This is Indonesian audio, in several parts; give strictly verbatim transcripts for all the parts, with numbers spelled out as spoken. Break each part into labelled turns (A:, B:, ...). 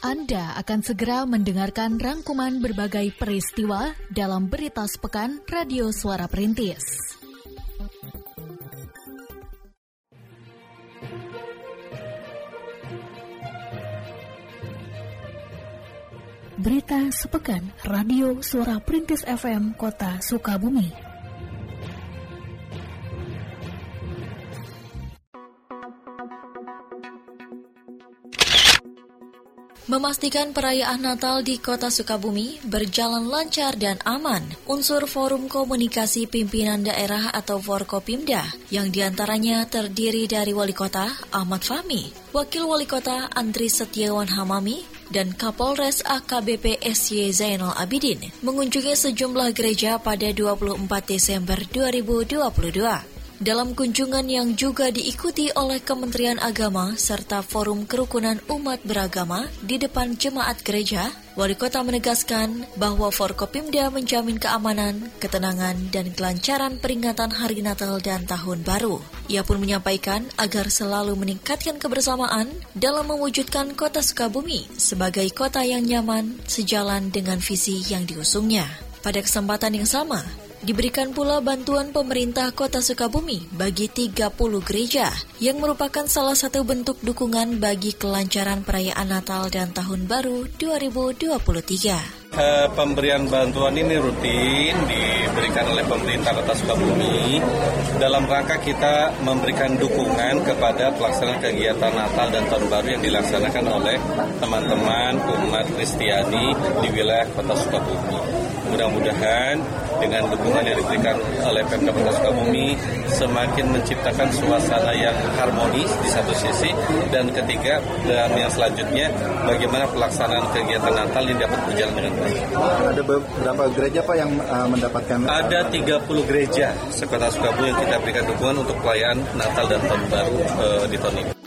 A: Anda akan segera mendengarkan rangkuman berbagai peristiwa dalam Berita Sepekan Radio Suara Perintis. Berita Sepekan Radio Suara Perintis F M Kota Sukabumi. Memastikan perayaan Natal di Kota Sukabumi berjalan lancar dan aman, unsur Forum Komunikasi Pimpinan Daerah atau Forkopimda, yang diantaranya terdiri dari Wali Kota Ahmad Fahmi, Wakil Wali Kota Andri Setiawan Hamami, dan Kapolres A K B P S Y Zainal Abidin, mengunjungi sejumlah gereja pada dua puluh empat Desember dua ribu dua puluh dua. Dalam kunjungan yang juga diikuti oleh Kementerian Agama serta Forum Kerukunan Umat Beragama di depan jemaat gereja, Wali Kota menegaskan bahwa Forkopimda menjamin keamanan, ketenangan, dan kelancaran peringatan Hari Natal dan Tahun Baru. Ia pun menyampaikan agar selalu meningkatkan kebersamaan dalam mewujudkan Kota Sukabumi sebagai kota yang nyaman sejalan dengan visi yang diusungnya. Pada kesempatan yang sama, diberikan pula bantuan pemerintah Kota Sukabumi bagi tiga puluh gereja yang merupakan salah satu bentuk dukungan bagi kelancaran perayaan Natal dan Tahun Baru dua ribu dua puluh tiga.
B: Uh, pemberian bantuan ini rutin diberikan oleh pemerintah Kota Sukabumi dalam rangka kita memberikan dukungan kepada pelaksanaan kegiatan Natal dan Tahun Baru yang dilaksanakan oleh teman-teman umat Kristiani di wilayah Kota Sukabumi. Mudah-mudahan dengan dukungan yang diberikan oleh Pemda Kota Sukabumi semakin menciptakan suasana yang harmonis di satu sisi, dan ketiga dan yang selanjutnya bagaimana pelaksanaan kegiatan Natal ini dapat berjalan dengan baik.
C: Ada beberapa gereja Pak yang uh, mendapatkan?
B: Ada tiga puluh gereja sekota Sukabumi yang kita berikan dukungan untuk pelayanan Natal dan Tahun Baru uh, di tahun ini.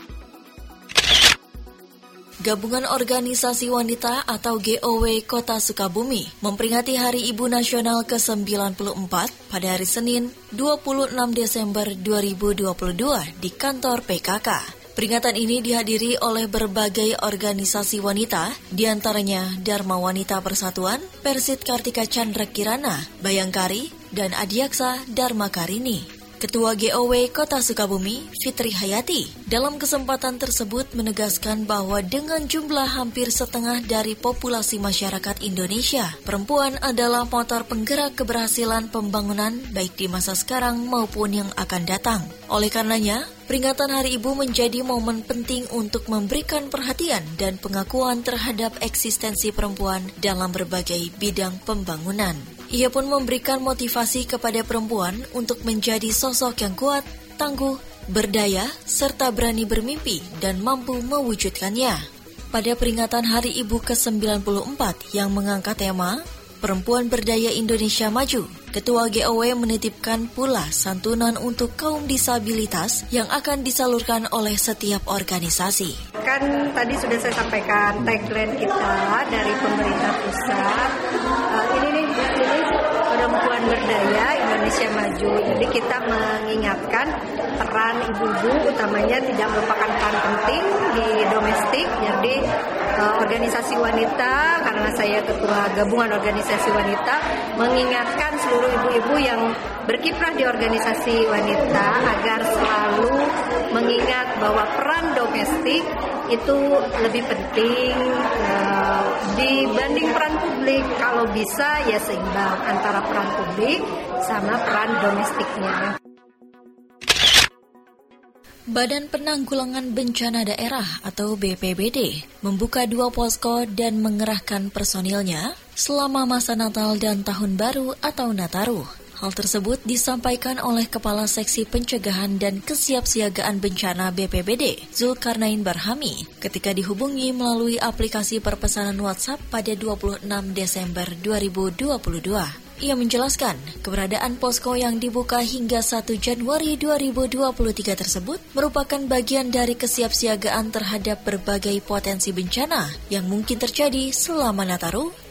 A: Gabungan Organisasi Wanita atau G O W Kota Sukabumi memperingati Hari Ibu Nasional ke sembilan puluh empat pada hari Senin dua puluh enam Desember dua ribu dua puluh dua di kantor P K K. Peringatan ini dihadiri oleh berbagai organisasi wanita, diantaranya Dharma Wanita Persatuan, Persit Kartika Chandra Kirana, Bayangkari, dan Adiaksa Dharma Karini. Ketua G O W Kota Sukabumi, Fitri Hayati, dalam kesempatan tersebut menegaskan bahwa dengan jumlah hampir setengah dari populasi masyarakat Indonesia, perempuan adalah motor penggerak keberhasilan pembangunan baik di masa sekarang maupun yang akan datang. Oleh karenanya, peringatan Hari Ibu menjadi momen penting untuk memberikan perhatian dan pengakuan terhadap eksistensi perempuan dalam berbagai bidang pembangunan. Ia pun memberikan motivasi kepada perempuan untuk menjadi sosok yang kuat, tangguh, berdaya, serta berani bermimpi dan mampu mewujudkannya. Pada peringatan Hari Ibu ke sembilan puluh empat yang mengangkat tema Perempuan Berdaya Indonesia Maju, Ketua G O W menitipkan pula santunan untuk kaum disabilitas yang akan disalurkan oleh setiap organisasi.
D: Kan tadi sudah saya sampaikan tagline kita dari pemerintah pusat, uh, ini nih ini Perempuan Berdaya Indonesia Maju. Jadi kita mengingatkan peran ibu-ibu utamanya tidak merupakan peran penting di domestik. Jadi uh, organisasi wanita, karena saya ketua gabungan organisasi wanita, mengingatkan seluruh ibu-ibu yang berkiprah di organisasi wanita agar selalu mengingat bahwa peran domestik itu lebih penting uh, dibanding peran publik. Kalau bisa ya seimbang antara peran publik sama peran domestiknya.
A: Badan Penanggulangan Bencana Daerah atau B P B D membuka dua posko dan mengerahkan personilnya selama masa Natal dan Tahun Baru atau Nataru. Hal tersebut disampaikan oleh Kepala Seksi Pencegahan dan Kesiapsiagaan Bencana B P B D, Zulkarnain Barhami, ketika dihubungi melalui aplikasi perpesanan WhatsApp pada dua puluh enam Desember dua ribu dua puluh dua. Ia menjelaskan, keberadaan posko yang dibuka hingga satu Januari dua ribu dua puluh tiga tersebut merupakan bagian dari kesiapsiagaan terhadap berbagai potensi bencana yang mungkin terjadi selama Nataru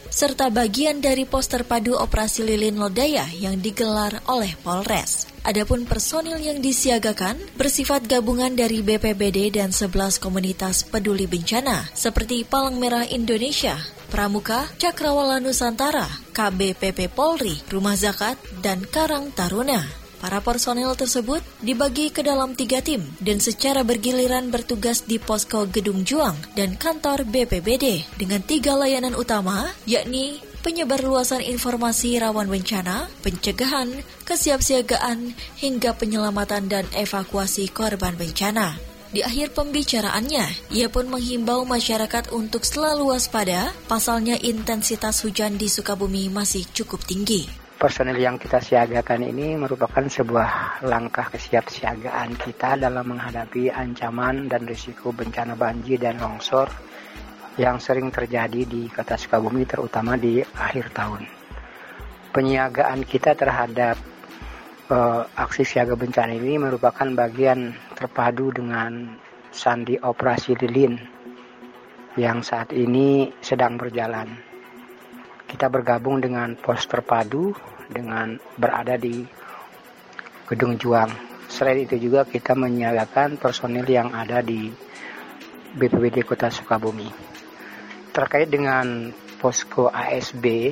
A: serta bagian dari pos terpadu operasi lilin lodaya yang digelar oleh Polres. Adapun personil yang disiagakan bersifat gabungan dari B P B D dan sebelas komunitas peduli bencana seperti Palang Merah Indonesia, Pramuka, Cakrawala Nusantara, K B P P Polri, Rumah Zakat, dan Karang Taruna. Para personil tersebut dibagi ke dalam tiga tim dan secara bergiliran bertugas di posko Gedung Juang dan kantor B P B D dengan tiga layanan utama, yakni penyebarluasan informasi rawan bencana, pencegahan, kesiapsiagaan, hingga penyelamatan dan evakuasi korban bencana. Di akhir pembicaraannya, ia pun menghimbau masyarakat untuk selalu waspada, pasalnya intensitas hujan di Sukabumi masih cukup tinggi.
E: Personil yang kita siagakan ini merupakan sebuah langkah kesiapsiagaan kita dalam menghadapi ancaman dan risiko bencana banjir dan longsor yang sering terjadi di Kota Sukabumi, terutama di akhir tahun. Penyiagaan kita terhadap uh, aksi siaga bencana ini merupakan bagian terpadu dengan sandi operasi lilin yang saat ini sedang berjalan. Kita bergabung dengan pos terpadu dengan berada di Gedung Juang. Selain itu juga kita menyiagakan personil yang ada di B P B D Kota Sukabumi. Terkait dengan posko A S B,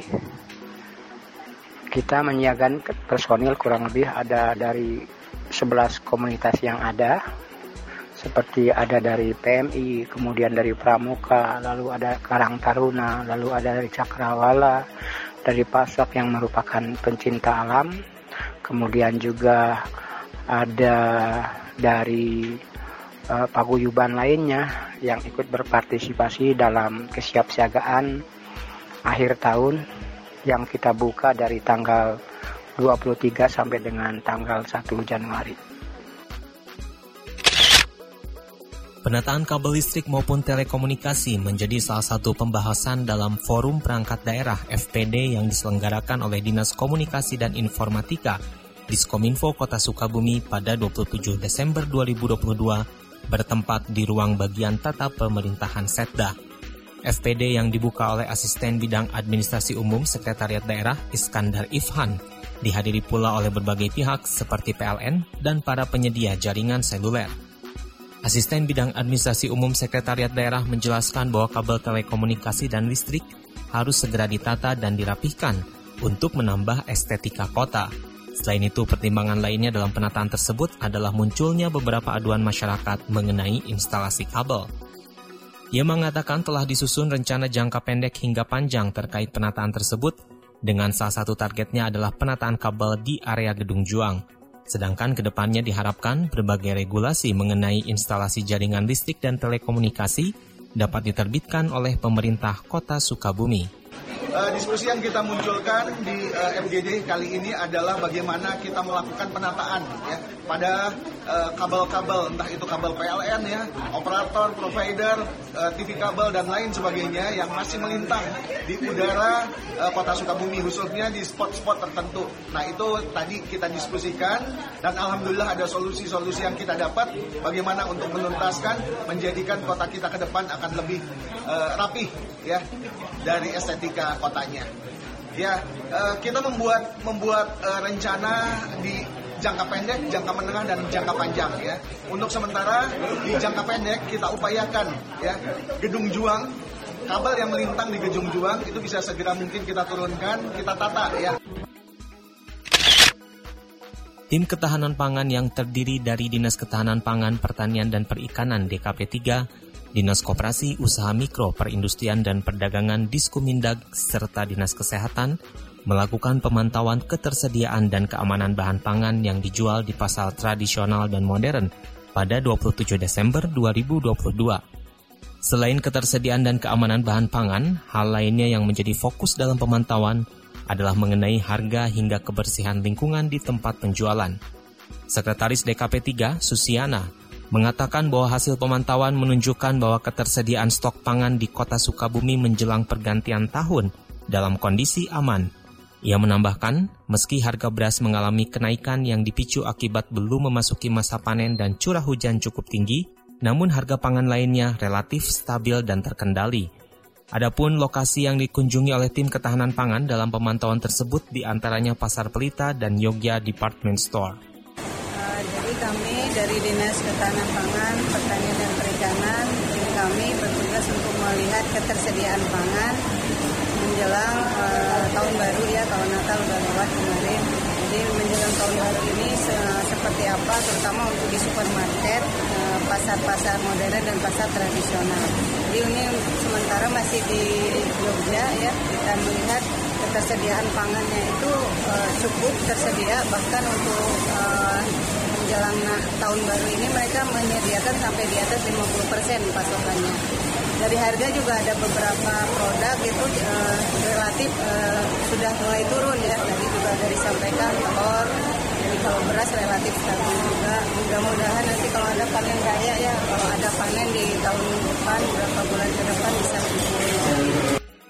E: kita menyiagakan personil kurang lebih ada dari sebelas komunitas yang ada, seperti ada dari P M I, kemudian dari Pramuka, lalu ada Karang Taruna, lalu ada dari Cakrawala, dari Pasak yang merupakan pencinta alam, kemudian juga ada dari uh, paguyuban lainnya yang ikut berpartisipasi dalam kesiapsiagaan akhir tahun yang kita buka dari tanggal dua puluh tiga sampai dengan tanggal satu Januari.
F: Penataan kabel listrik maupun telekomunikasi menjadi salah satu pembahasan dalam Forum Perangkat Daerah F P D yang diselenggarakan oleh Dinas Komunikasi dan Informatika Diskominfo Kota Sukabumi pada dua puluh tujuh Desember dua ribu dua puluh dua bertempat di ruang bagian tata pemerintahan Setda. F P D yang dibuka oleh Asisten Bidang Administrasi Umum Sekretariat Daerah Iskandar Ifhan dihadiri pula oleh berbagai pihak seperti P L N dan para penyedia jaringan seluler. Asisten Bidang Administrasi Umum Sekretariat Daerah menjelaskan bahwa kabel telekomunikasi dan listrik harus segera ditata dan dirapihkan untuk menambah estetika kota. Selain itu, pertimbangan lainnya dalam penataan tersebut adalah munculnya beberapa aduan masyarakat mengenai instalasi kabel. Ia mengatakan telah disusun rencana jangka pendek hingga panjang terkait penataan tersebut, dengan salah satu targetnya adalah penataan kabel di area Gedung Juang. Sedangkan kedepannya diharapkan berbagai regulasi mengenai instalasi jaringan listrik dan telekomunikasi dapat diterbitkan oleh pemerintah Kota Sukabumi.
G: Uh, diskusi yang kita munculkan di uh, F G D kali ini adalah bagaimana kita melakukan penataan ya pada uh, kabel-kabel, entah itu kabel P L N ya, operator, provider, uh, T V kabel dan lain sebagainya yang masih melintang di udara uh, Kota Sukabumi, khususnya di spot-spot tertentu. Nah itu tadi kita diskusikan dan alhamdulillah ada solusi-solusi yang kita dapat bagaimana untuk menuntaskan, menjadikan kota kita ke depan akan lebih uh, rapih ya dari estetika kotanya. Ya, uh, kita membuat membuat uh, rencana di jangka pendek, jangka menengah dan jangka panjang ya. Untuk sementara di jangka pendek kita upayakan ya Gedung Juang, kabel yang melintang di Gedung Juang itu bisa segera mungkin kita turunkan, kita tata ya.
F: Tim Ketahanan Pangan yang terdiri dari Dinas Ketahanan Pangan, Pertanian dan Perikanan D K P tiga, Dinas Koperasi, Usaha Mikro, Perindustrian dan Perdagangan Diskumindag, serta Dinas Kesehatan melakukan pemantauan ketersediaan dan keamanan bahan pangan yang dijual di pasar tradisional dan modern pada dua puluh tujuh Desember dua ribu dua puluh dua. Selain ketersediaan dan keamanan bahan pangan, hal lainnya yang menjadi fokus dalam pemantauan adalah mengenai harga hingga kebersihan lingkungan di tempat penjualan. Sekretaris D K P tiga, Susiana, mengatakan bahwa hasil pemantauan menunjukkan bahwa ketersediaan stok pangan di Kota Sukabumi menjelang pergantian tahun dalam kondisi aman. Ia menambahkan, meski harga beras mengalami kenaikan yang dipicu akibat belum memasuki masa panen dan curah hujan cukup tinggi, namun harga pangan lainnya relatif stabil dan terkendali. Adapun lokasi yang dikunjungi oleh tim ketahanan pangan dalam pemantauan tersebut diantaranya Pasar Pelita dan Yogya Department Store.
H: Uh, jadi kami dari Dinas Ketahanan Pangan, Pertanian dan Perikanan, tim kami bertugas untuk melihat ketersediaan pangan menjelang uh, tahun baru ya, tahun Natal udah lewat kemarin. Jadi menjelang tahun baru ini se- seperti apa, terutama untuk di supermarket, uh, pasar-pasar modern dan pasar tradisional. Jadi ini sementara masih di Jogja ya, kita melihat ketersediaan pangannya itu uh, cukup tersedia, bahkan untuk uh, menjelang tahun baru ini mereka menyediakan sampai di atas lima puluh persen pasokannya. Dari harga juga ada beberapa produk itu uh, relatif uh, sudah mulai turun ya. Tadi juga dari disampaikan telur. Jadi kalau beras relatif stabil juga. Mudah-mudahan nanti kalau ada panen raya ya, kalau ada panen di tahun depan, beberapa bulan ke depan bisa diturun.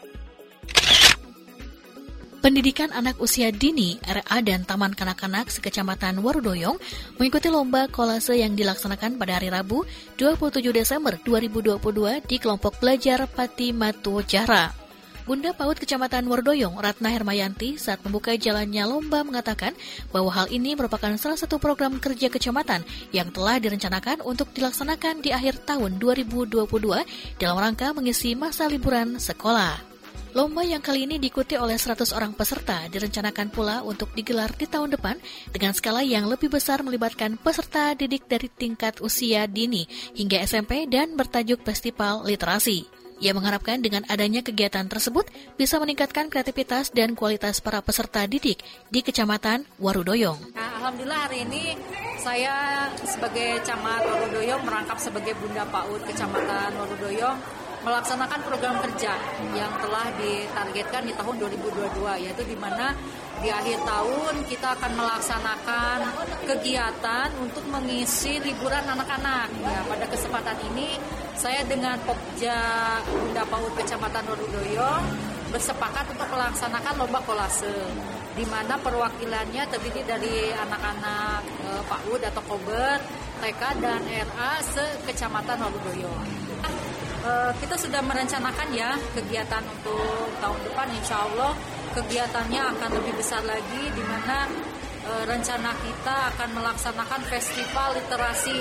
A: Pendidikan anak usia dini, R A dan Taman Kanak-kanak sekecamatan Warudoyong mengikuti lomba kolase yang dilaksanakan pada hari Rabu dua puluh tujuh Desember dua ribu dua puluh dua di kelompok belajar Pati Matu Jara. Bunda PAUD Kecamatan Warudoyong, Ratna Hermayanti, saat membuka jalannya lomba mengatakan bahwa hal ini merupakan salah satu program kerja kecamatan yang telah direncanakan untuk dilaksanakan di akhir tahun dua ribu dua puluh dua dalam rangka mengisi masa liburan sekolah. Lomba yang kali ini diikuti oleh seratus orang peserta direncanakan pula untuk digelar di tahun depan dengan skala yang lebih besar melibatkan peserta didik dari tingkat usia dini hingga S M P dan bertajuk Festival Literasi. Ia mengharapkan dengan adanya kegiatan tersebut bisa meningkatkan kreativitas dan kualitas para peserta didik di Kecamatan Warudoyong.
I: Nah, Alhamdulillah hari ini saya sebagai Camat Warudoyong merangkap sebagai Bunda PAUD Kecamatan Warudoyong melaksanakan program kerja yang telah ditargetkan di tahun dua ribu dua puluh dua, yaitu di mana di akhir tahun kita akan melaksanakan kegiatan untuk mengisi liburan anak-anak. Ya, pada kesempatan ini saya dengan Pokja Bunda PAUD Kecamatan Warudoyong bersepakat untuk melaksanakan lomba kolase, di mana perwakilannya terdiri dari anak-anak e, PAUD atau Kober, T K dan R A se-Kecamatan Warudoyong. Uh, kita sudah merencanakan ya kegiatan untuk tahun depan, insya Allah kegiatannya akan lebih besar lagi, di mana uh, rencana kita akan melaksanakan festival literasi.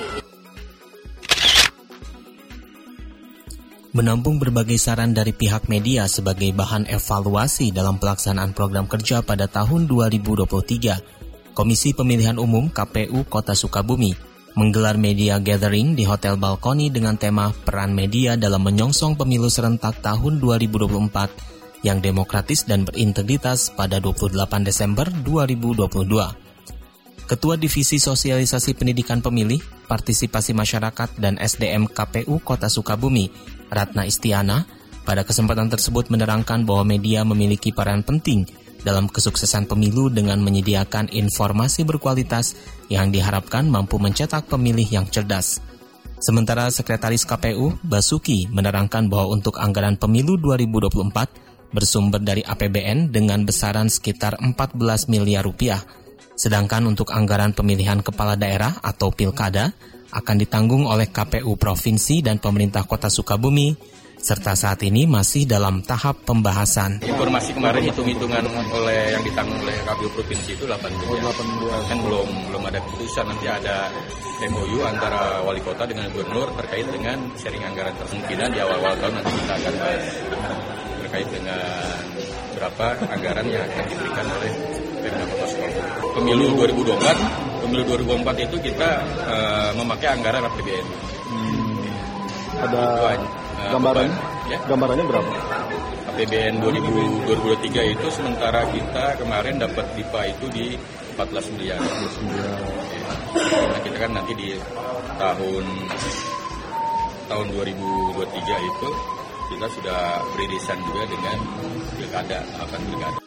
F: Menampung berbagai saran dari pihak media sebagai bahan evaluasi dalam pelaksanaan program kerja pada tahun dua ribu dua puluh tiga, Komisi Pemilihan Umum K P U Kota Sukabumi menggelar media gathering di Hotel Balkoni dengan tema Peran Media dalam Menyongsong Pemilu Serentak tahun dua ribu dua puluh empat yang demokratis dan berintegritas pada dua puluh delapan Desember dua ribu dua puluh dua. Ketua Divisi Sosialisasi Pendidikan Pemilih, Partisipasi Masyarakat dan S D M K P U Kota Sukabumi, Ratna Istiana, pada kesempatan tersebut menerangkan bahwa media memiliki peran penting dalam kesuksesan pemilu dengan menyediakan informasi berkualitas yang diharapkan mampu mencetak pemilih yang cerdas. Sementara Sekretaris K P U, Basuki, menerangkan bahwa untuk anggaran pemilu dua ribu dua puluh empat bersumber dari A P B N dengan besaran sekitar empat belas miliar rupiah. Sedangkan untuk anggaran pemilihan kepala daerah atau pilkada akan ditanggung oleh K P U Provinsi dan pemerintah Kota Sukabumi, serta saat ini masih dalam tahap pembahasan.
J: Informasi kemarin hitung-hitungan oleh yang ditanggung oleh K P U Provinsi itu delapan miliar. Kan belum belum ada keputusan, nanti ada M O U antara wali kota dengan gubernur terkait dengan sharing anggaran kemungkinan di awal-awal tahun nanti kita akan bahas terkait dengan berapa anggaran yang akan diberikan oleh Pemda Kota Sukabumi. Pemilu dua ribu dua puluh empat, pemilu dua ribu dua puluh empat itu kita uh, memakai anggaran A P B N.
C: Hmm. Ada gambarannya? Ya? Gambarannya berapa?
J: A P B N dua ribu dua puluh tiga itu sementara kita kemarin dapat D I P A itu di empat belas miliar. Nah, kita kan nanti di tahun tahun dua ribu dua puluh tiga itu kita sudah beririsan juga dengan pilkada, akan pilkada.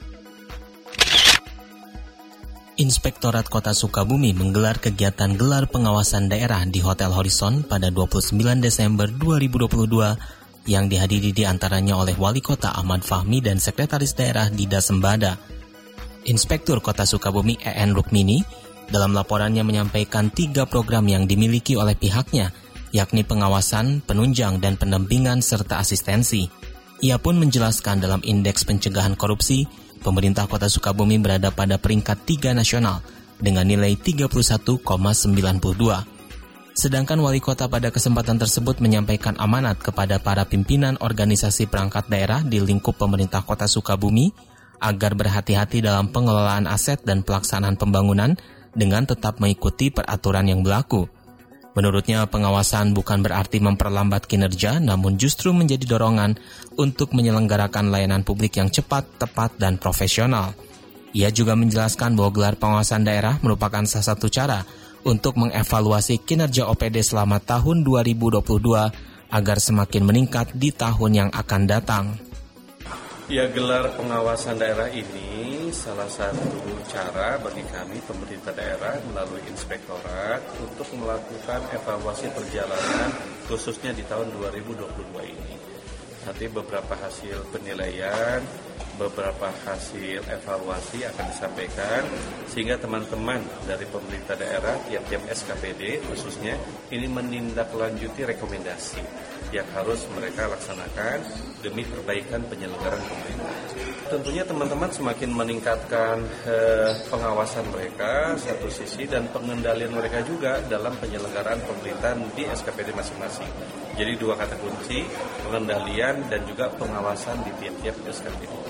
F: Inspektorat Kota Sukabumi menggelar kegiatan gelar pengawasan daerah di Hotel Horizon pada dua puluh sembilan Desember dua ribu dua puluh dua yang dihadiri diantaranya oleh Wali Kota Ahmad Fahmi dan Sekretaris Daerah Dida Sembada. Inspektur Kota Sukabumi E N Rukmini dalam laporannya menyampaikan tiga program yang dimiliki oleh pihaknya, yakni pengawasan, penunjang, dan pendampingan serta asistensi. Ia pun menjelaskan dalam indeks pencegahan korupsi, pemerintah Kota Sukabumi berada pada peringkat tiga nasional dengan nilai tiga puluh satu koma sembilan dua. Sedangkan wali kota pada kesempatan tersebut menyampaikan amanat kepada para pimpinan organisasi perangkat daerah di lingkup pemerintah Kota Sukabumi agar berhati-hati dalam pengelolaan aset dan pelaksanaan pembangunan dengan tetap mengikuti peraturan yang berlaku. Menurutnya, pengawasan bukan berarti memperlambat kinerja, namun justru menjadi dorongan untuk menyelenggarakan layanan publik yang cepat, tepat, dan profesional. Ia juga menjelaskan bahwa gelar pengawasan daerah merupakan salah satu cara untuk mengevaluasi kinerja O P D selama tahun dua ribu dua puluh dua agar semakin meningkat di tahun yang akan datang.
B: Ya, gelar pengawasan daerah ini salah satu cara bagi kami pemerintah daerah melalui inspektorat untuk melakukan evaluasi perjalanan khususnya di tahun dua ribu dua puluh dua ini. Nanti beberapa hasil penilaian, beberapa hasil evaluasi akan disampaikan sehingga teman-teman dari pemerintah daerah, tiap-tiap S K P D khususnya ini menindaklanjuti rekomendasi yang harus mereka laksanakan demi perbaikan penyelenggaraan pemerintah. Tentunya teman-teman semakin meningkatkan eh, pengawasan mereka satu sisi dan pengendalian mereka juga dalam penyelenggaraan pemerintahan di S K P D masing-masing. Jadi dua kata kunci, pengendalian dan juga pengawasan di tiap-tiap S K P D.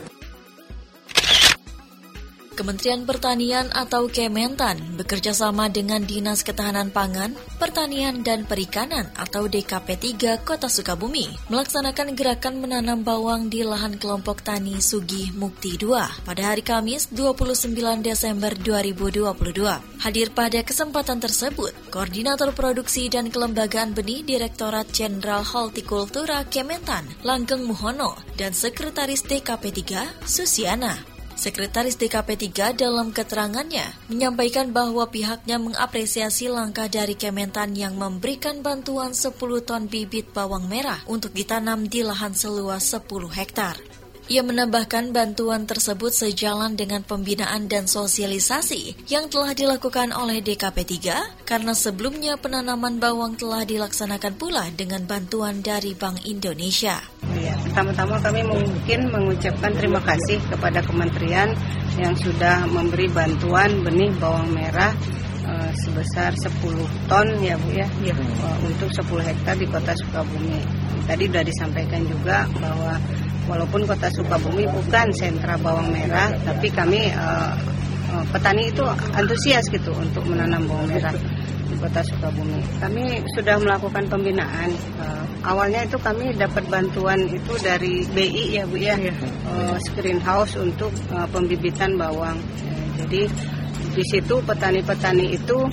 A: Kementerian Pertanian atau Kementan bekerjasama dengan Dinas Ketahanan Pangan, Pertanian dan Perikanan atau D K P tiga Kota Sukabumi melaksanakan gerakan menanam bawang di lahan kelompok tani Sugih Mukti dua pada hari Kamis dua puluh sembilan Desember dua ribu dua puluh dua. Hadir pada kesempatan tersebut, Koordinator Produksi dan Kelembagaan Benih Direktorat Jenderal Hortikultura Kementan, Langgeng Muhono, dan Sekretaris D K P tiga, Susiana. Sekretaris D K P tiga dalam keterangannya menyampaikan bahwa pihaknya mengapresiasi langkah dari Kementan yang memberikan bantuan sepuluh ton bibit bawang merah untuk ditanam di lahan seluas sepuluh hektar. Ia menambahkan bantuan tersebut sejalan dengan pembinaan dan sosialisasi yang telah dilakukan oleh D K P tiga karena sebelumnya penanaman bawang telah dilaksanakan pula dengan bantuan dari Bank Indonesia.
H: Ya, pertama-tama kami mungkin mengucapkan terima kasih kepada kementerian yang sudah memberi bantuan benih bawang merah uh, sebesar sepuluh ton ya Bu ya, ya uh, untuk sepuluh hektar di Kota Sukabumi. Tadi sudah disampaikan juga bahwa walaupun Kota Sukabumi bukan sentra bawang merah, tapi kami uh, uh, petani itu antusias gitu untuk menanam bawang merah di Kota Sukabumi. Kami sudah melakukan pembinaan. Uh, awalnya itu kami dapat bantuan itu dari B I ya Bu ya, uh, screen house untuk uh, pembibitan bawang. Uh, jadi di situ petani-petani itu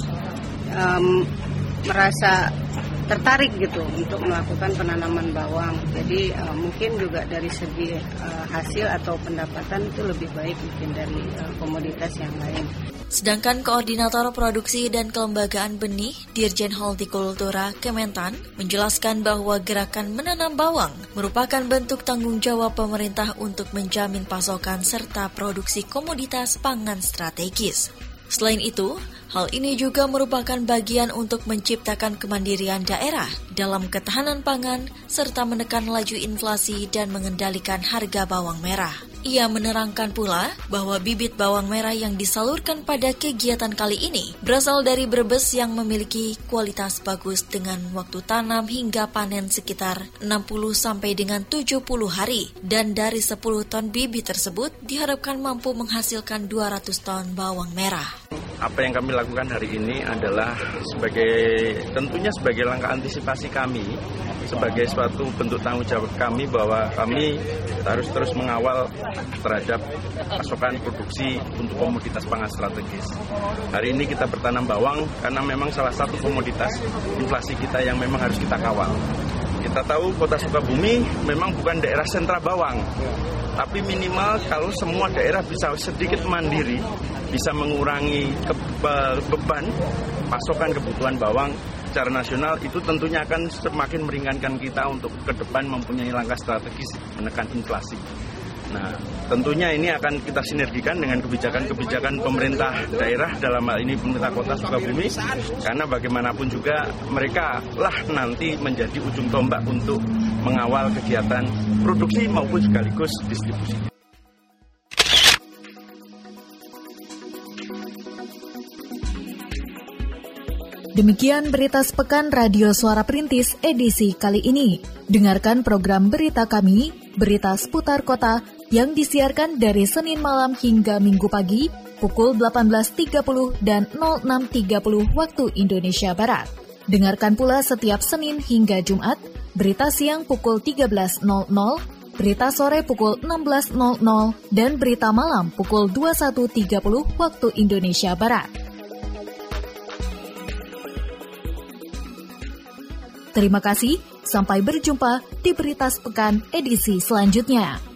H: um, merasa tertarik gitu untuk melakukan penanaman bawang. Jadi uh, mungkin juga dari segi uh, hasil atau pendapatan itu lebih baik mungkin dari uh, komoditas yang lain.
A: Sedangkan Koordinator Produksi dan Kelembagaan Benih Dirjen Hortikultura Kementan menjelaskan bahwa gerakan menanam bawang merupakan bentuk tanggung jawab pemerintah untuk menjamin pasokan serta produksi komoditas pangan strategis. Selain itu, hal ini juga merupakan bagian untuk menciptakan kemandirian daerah dalam ketahanan pangan serta menekan laju inflasi dan mengendalikan harga bawang merah. Ia menerangkan pula bahwa bibit bawang merah yang disalurkan pada kegiatan kali ini berasal dari Brebes yang memiliki kualitas bagus dengan waktu tanam hingga panen sekitar enam puluh sampai dengan tujuh puluh hari, dan dari sepuluh ton bibit tersebut diharapkan mampu menghasilkan dua ratus ton bawang merah.
K: Apa yang kami lakukan hari ini adalah sebagai tentunya sebagai langkah antisipasi kami, sebagai suatu bentuk tanggung jawab kami bahwa kami harus terus mengawal terhadap pasokan produksi untuk komoditas pangan strategis. Hari ini kita bertanam bawang karena memang salah satu komoditas inflasi kita yang memang harus kita kawal. Kita tahu Kota Sukabumi memang bukan daerah sentra bawang, tapi minimal kalau semua daerah bisa sedikit mandiri, bisa mengurangi ke- beban pasokan kebutuhan bawang secara nasional, itu tentunya akan semakin meringankan kita untuk ke depan mempunyai langkah strategis menekan inflasi. Nah, tentunya ini akan kita sinergikan dengan kebijakan-kebijakan pemerintah daerah, dalam hal ini pemerintah Kota Sukabumi, karena bagaimanapun juga mereka lah nanti menjadi ujung tombak untuk mengawal kegiatan produksi maupun sekaligus distribusi.
A: Demikian berita sepekan Radio Suara Perintis edisi kali ini. Dengarkan program berita kami, berita seputar kota, yang disiarkan dari Senin malam hingga Minggu pagi, pukul delapan belas tiga puluh dan enam tiga puluh waktu Indonesia Barat. Dengarkan pula setiap Senin hingga Jumat, berita siang pukul tiga belas nol nol, berita sore pukul enam belas nol nol, dan berita malam pukul dua puluh satu tiga puluh waktu Indonesia Barat. Terima kasih, sampai berjumpa di Berita Sepekan edisi selanjutnya.